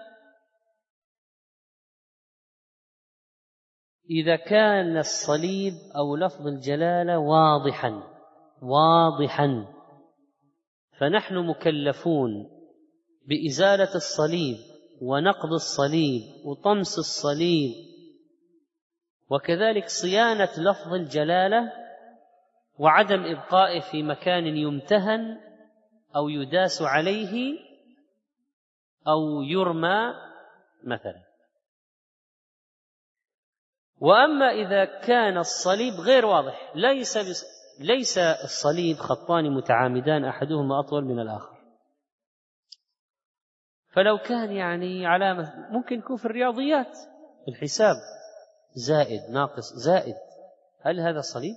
إذا كان الصليب أو لفظ الجلالة واضحا واضحا فنحن مكلفون بإزالة الصليب ونقض الصليب وطمس الصليب، وكذلك صيانة لفظ الجلالة وعدم إبقائه في مكان يمتهن أو يداس عليه أو يرمى مثلا. وأما إذا كان الصليب غير واضح، ليس ليس الصليب خطان متعامدان أحدهما أطول من الآخر، فلو كان يعني علامة ممكن يكون في الرياضيات الحساب زائد ناقص زائد، هل هذا صليب؟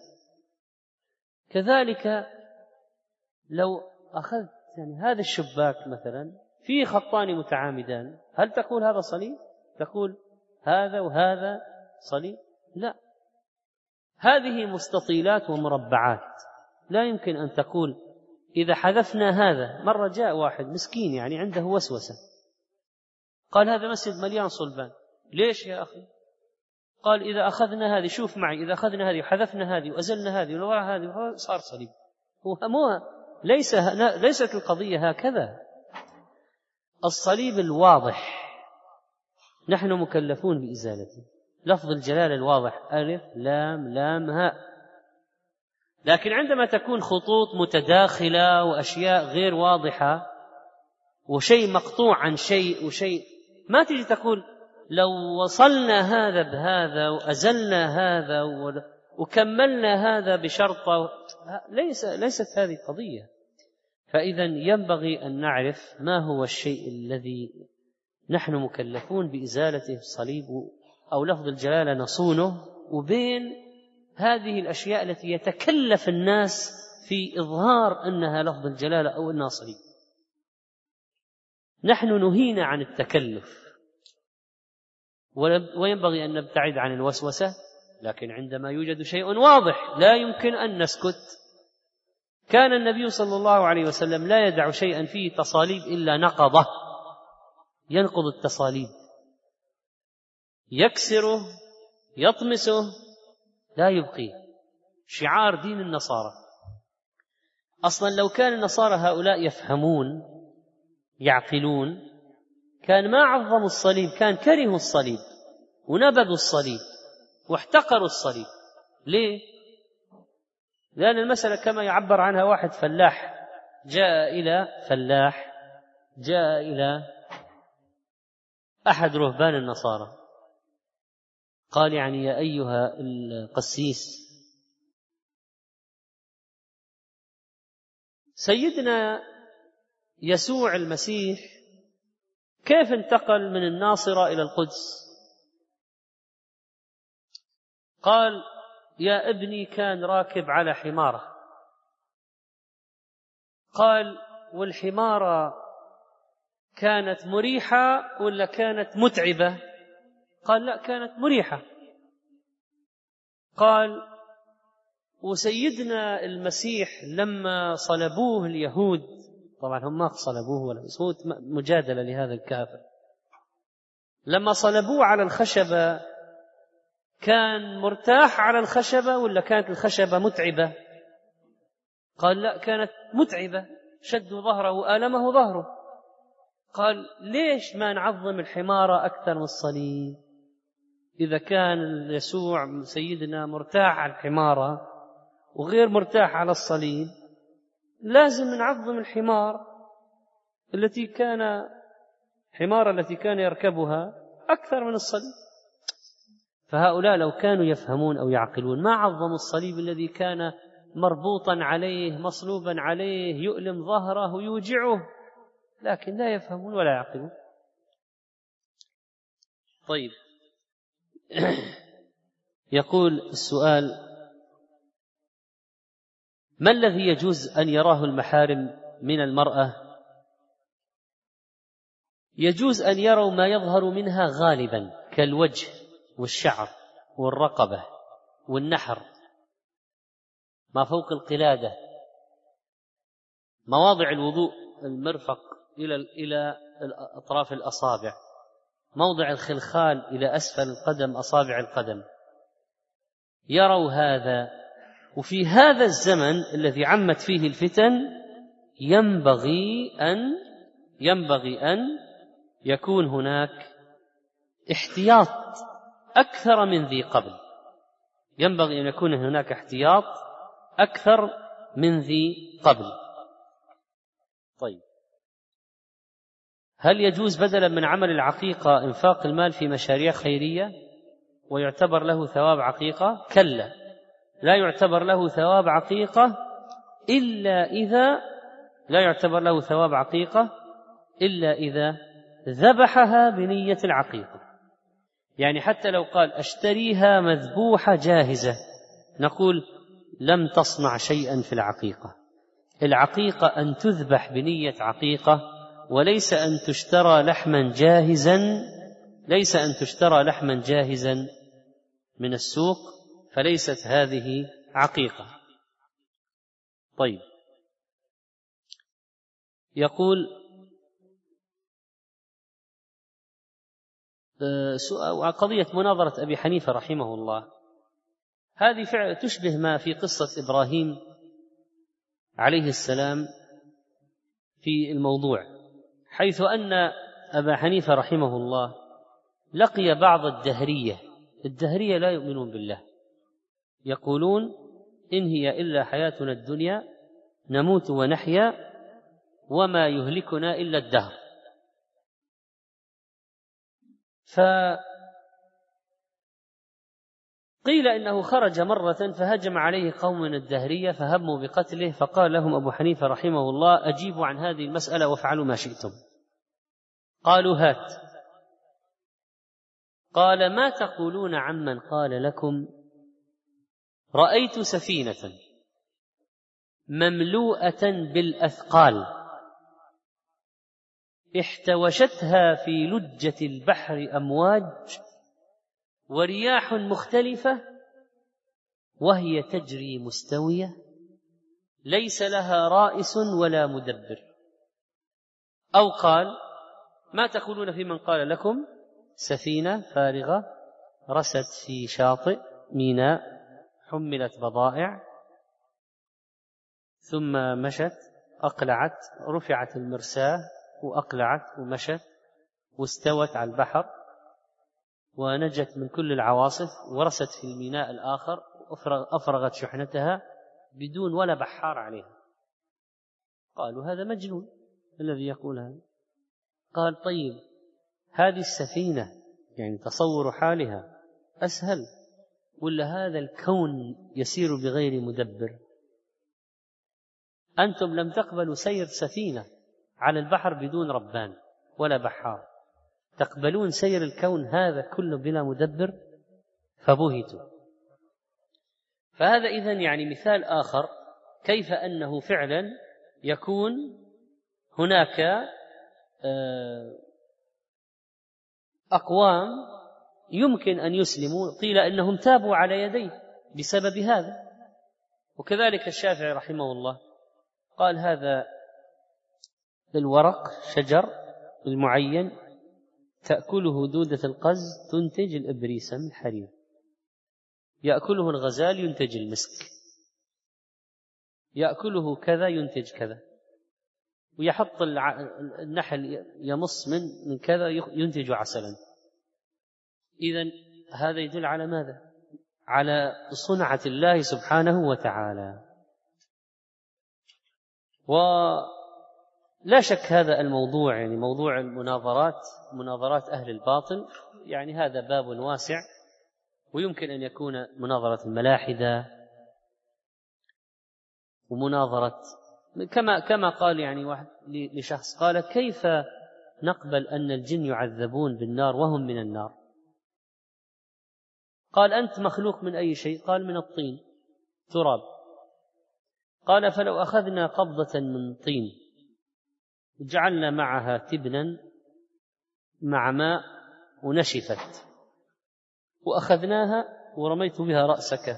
كذلك لو أخذت يعني هذا الشباك مثلا فيه خطان متعامدان، هل تقول هذا صليب؟ تقول هذا وهذا صليب؟ لا، هذه مستطيلات ومربعات، لا يمكن أن تقول إذا حذفنا هذا. مرة جاء واحد مسكين يعني عنده وسوسة، قال هذا مسجد مليان صلبان. ليش يا أخي؟ قال إذا أخذنا هذه، شوف معي، إذا أخذنا هذه وحذفنا هذه وأزلنا هذه ولوضع هذه صار صليب. هو مو ليس ليست القضية هكذا. الصليب الواضح نحن مكلفون بإزالته، لفظ الجلالة الواضح ألف لام لام هاء. لكن عندما تكون خطوط متداخلة وأشياء غير واضحة وشيء مقطوع عن شيء وشيء، ما تيجي تقول لو وصلنا هذا بهذا وأزلنا هذا وكملنا هذا بشرطة، ليس ليست هذه القضية. فإذا ينبغي أن نعرف ما هو الشيء الذي نحن مكلفون بإزالته، الصليب أو لفظ الجلالة نصونه، وبين هذه الأشياء التي يتكلف الناس في إظهار أنها لفظ الجلالة أو أنها صليب. نحن نهينا عن التكلف، وينبغي أن نبتعد عن الوسوسة، لكن عندما يوجد شيء واضح لا يمكن أن نسكت. كان النبي صلى الله عليه وسلم لا يدع شيئا فيه تصاليب إلا نقضه، ينقض التصاليب، يكسره، يطمسه، لا يبقي. شعار دين النصارى. أصلا لو كان النصارى هؤلاء يفهمون يعقلون كان ما عظموا الصليب، كان كرهوا الصليب ونبذوا الصليب واحتقروا الصليب. ليه؟ لأن المسألة كما يعبر عنها واحد فلاح جاء إلى فلاح جاء إلى أحد رهبان النصارى قال: يعني يا أيها القسيس، سيدنا يسوع المسيح كيف انتقل من الناصرة إلى القدس؟ قال: يا ابني كان راكب على حمارة. قال: والحمارة كانت مريحة ولا كانت متعبة؟ قال: لا، كانت مريحة. قال: وسيدنا المسيح لما صلبوه اليهود، طبعا هم ما صلبوه ولا بس مجادلة لهذا الكافر، لما صلبوه على الخشبة كان مرتاح على الخشبة ولا كانت الخشبة متعبة؟ قال: لا، كانت متعبة، شدوا ظهره وآلمه ظهره. قال: ليش ما نعظم الحمارة أكثر من الصليب؟ إذا كان يسوع سيدنا مرتاح على الحمارة وغير مرتاح على الصليب، لازم نعظم الحمار التي كان حمار التي كان يركبها أكثر من الصليب. فهؤلاء لو كانوا يفهمون أو يعقلون ما عظموا الصليب الذي كان مربوطا عليه مصلوبا عليه يؤلم ظهره ويوجعه، لكن لا يفهمون ولا يعقلون. طيب، يقول السؤال: ما الذي يجوز أن يراه المحارم من المرأة؟ يجوز أن يروا ما يظهر منها غالبا كالوجه والشعر والرقبة والنحر، ما فوق القلادة، مواضع الوضوء، المرفق إلى إلى أطراف الأصابع، موضع الخلخال إلى أسفل القدم، أصابع القدم، يروا هذا. وفي هذا الزمن الذي عمت فيه الفتن ينبغي أن ينبغي أن يكون هناك احتياط أكثر من ذي قبل، ينبغي أن يكون هناك احتياط أكثر من ذي قبل. طيب، هل يجوز بدلا من عمل العقيقة إنفاق المال في مشاريع خيرية ويعتبر له ثواب عقيقة؟ كلا، لا يعتبر له ثواب عقيقة إلا إذا لا يعتبر له ثواب عقيقة إلا إذا ذبحها بنية العقيقة. يعني حتى لو قال أشتريها مذبوحة جاهزة، نقول لم تصنع شيئا في العقيقة. العقيقة أن تذبح بنية عقيقة، وليس أن تشترى لحما جاهزا ليس أن تشترى لحما جاهزا من السوق، فليست هذه عقيقة. طيب، يقول قضية مناظرة أبي حنيفة رحمه الله، هذه فعلا تشبه ما في قصة إبراهيم عليه السلام في الموضوع، حيث أن أبا حنيفة رحمه الله لقي بعض الدهرية. الدهرية لا يؤمنون بالله، يقولون إن هي إلا حياتنا الدنيا نموت ونحيا وما يهلكنا إلا الدهر. فقيل إنه خرج مرة فهجم عليه قوم من الدهرية فهموا بقتله، فقال لهم أبو حنيفة رحمه الله: أجيبوا عن هذه المسألة وافعلوا ما شئتم. قالوا: هات. قال: ما تقولون عمن قال لكم رأيت سفينة مملوءة بالأثقال احتوشتها في لجة البحر أمواج ورياح مختلفة وهي تجري مستوية ليس لها رائس ولا مدبر. أو قال: ما تقولون في من قال لكم سفينة فارغة رست في شاطئ ميناء حملت بضائع ثم مشت أقلعت، رفعت المرساة وأقلعت ومشت واستوت على البحر ونجت من كل العواصف ورست في الميناء الآخر أفرغت شحنتها بدون ولا بحار عليها. قالوا: هذا مجنون الذي يقول هذا. قال: طيب هذه السفينة يعني تصور حالها أسهل ولا هذا الكون يسير بغير مدبر؟ أنتم لم تقبلوا سير سفينة على البحر بدون ربان ولا بحار، تقبلون سير الكون هذا كله بلا مدبر؟ فبهتوا. فهذا إذن يعني مثال آخر كيف أنه فعلا يكون هناك أقوام يمكن أن يسلموا، قيل أنهم تابوا على يديه بسبب هذا. وكذلك الشافعي رحمه الله قال: هذا الورق شجر المعين تأكله دودة القز تنتج الإبريس من الحرير، يأكله الغزال ينتج المسك، يأكله كذا ينتج كذا، ويحط النحل يمص من من كذا ينتج عسلا. إذن هذا يدل على ماذا؟ على صنعة الله سبحانه وتعالى. ولا شك هذا الموضوع يعني موضوع المناظرات، مناظرات أهل الباطل، يعني هذا باب واسع، ويمكن أن يكون مناظرة الملاحدة ومناظرة كما كما قال يعني واحد لشخص قال: كيف نقبل أن الجن يعذبون بالنار وهم من النار؟ قال: أنت مخلوق من أي شيء؟ قال: من الطين، تراب. قال: فلو أخذنا قبضة من طين وجعلنا معها تبنا مع ماء ونشفت وأخذناها ورميت بها رأسك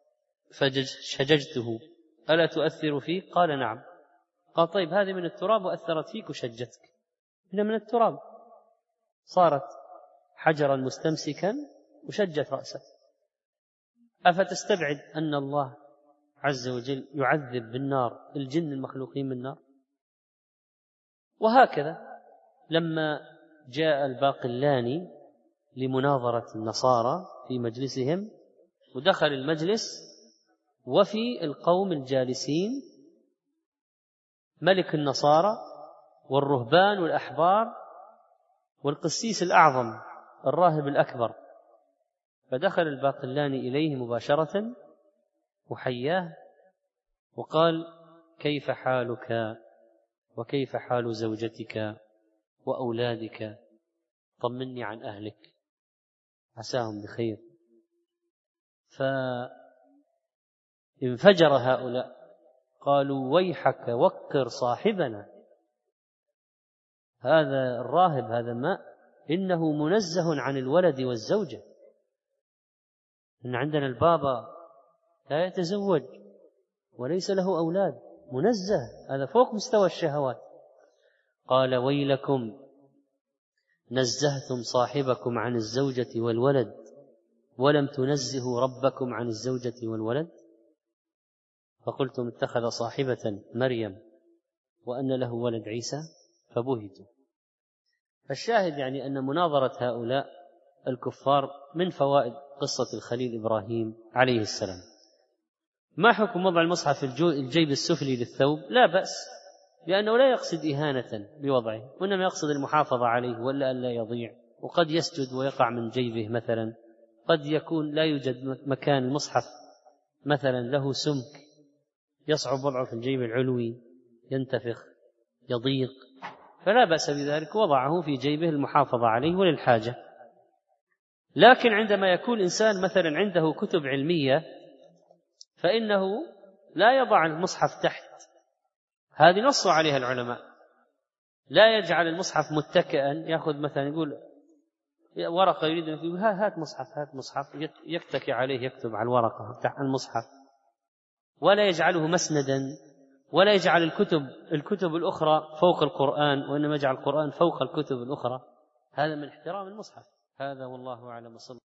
فشججته ألا تؤثر فيه؟ قال: نعم. قال: طيب هذه من التراب وأثرت فيك وشجتك، هنا من التراب صارت حجرا مستمسكا وشجت رأسك. أفتستبعد أن الله عز وجل يعذب بالنار الجن المخلوقين من النار؟ وهكذا لما جاء الباقلاني لمناظرة النصارى في مجلسهم ودخل المجلس وفي القوم الجالسين ملك النصارى والرهبان والأحبار والقسيس الأعظم الراهب الأكبر، فدخل الباقلاني إليه مباشرة وحياه وقال: كيف حالك وكيف حال زوجتك وأولادك؟ طمني عن أهلك، عساهم بخير. فانفجر هؤلاء قالوا: ويحك وقر صاحبنا، هذا الراهب هذا ما إنه منزه عن الولد والزوجة، إن عندنا البابا لا يتزوج وليس له أولاد، منزه، هذا فوق مستوى الشهوات. قال: ويلكم نزهتم صاحبكم عن الزوجة والولد ولم تنزهوا ربكم عن الزوجة والولد، فقلتم اتخذ صاحبة مريم وأن له ولد عيسى فبهتوا. فالشاهد يعني أن مناظرة هؤلاء الكفار من فوائد قصة الخليل إبراهيم عليه السلام. ما حكم وضع المصحف في الجيب السفلي للثوب؟ لا بأس، لأنه لا يقصد إهانة بوضعه، وإنما يقصد المحافظة عليه ولا ألا يضيع. وقد يسجد ويقع من جيبه مثلا، قد يكون لا يوجد مكان المصحف مثلا له سمك يصعب وضعه في الجيب العلوي، ينتفخ يضيق، فلا بأس بذلك، وضعه في جيبه المحافظة عليه وللحاجة. لكن عندما يكون إنسان مثلا عنده كتب علمية فإنه لا يضع المصحف تحت، هذه نص عليها العلماء، لا يجعل المصحف متكئا، يأخذ مثلا يقول ورقة يريد أن يكتب، هات مصحف هات مصحف، يتكي عليه يكتب على الورقة تحت المصحف، ولا يجعله مسندا، ولا يجعل الكتب الكتب الأخرى فوق القرآن، وإنما يجعل القرآن فوق الكتب الأخرى. هذا من احترام المصحف. هذا والله أعلم.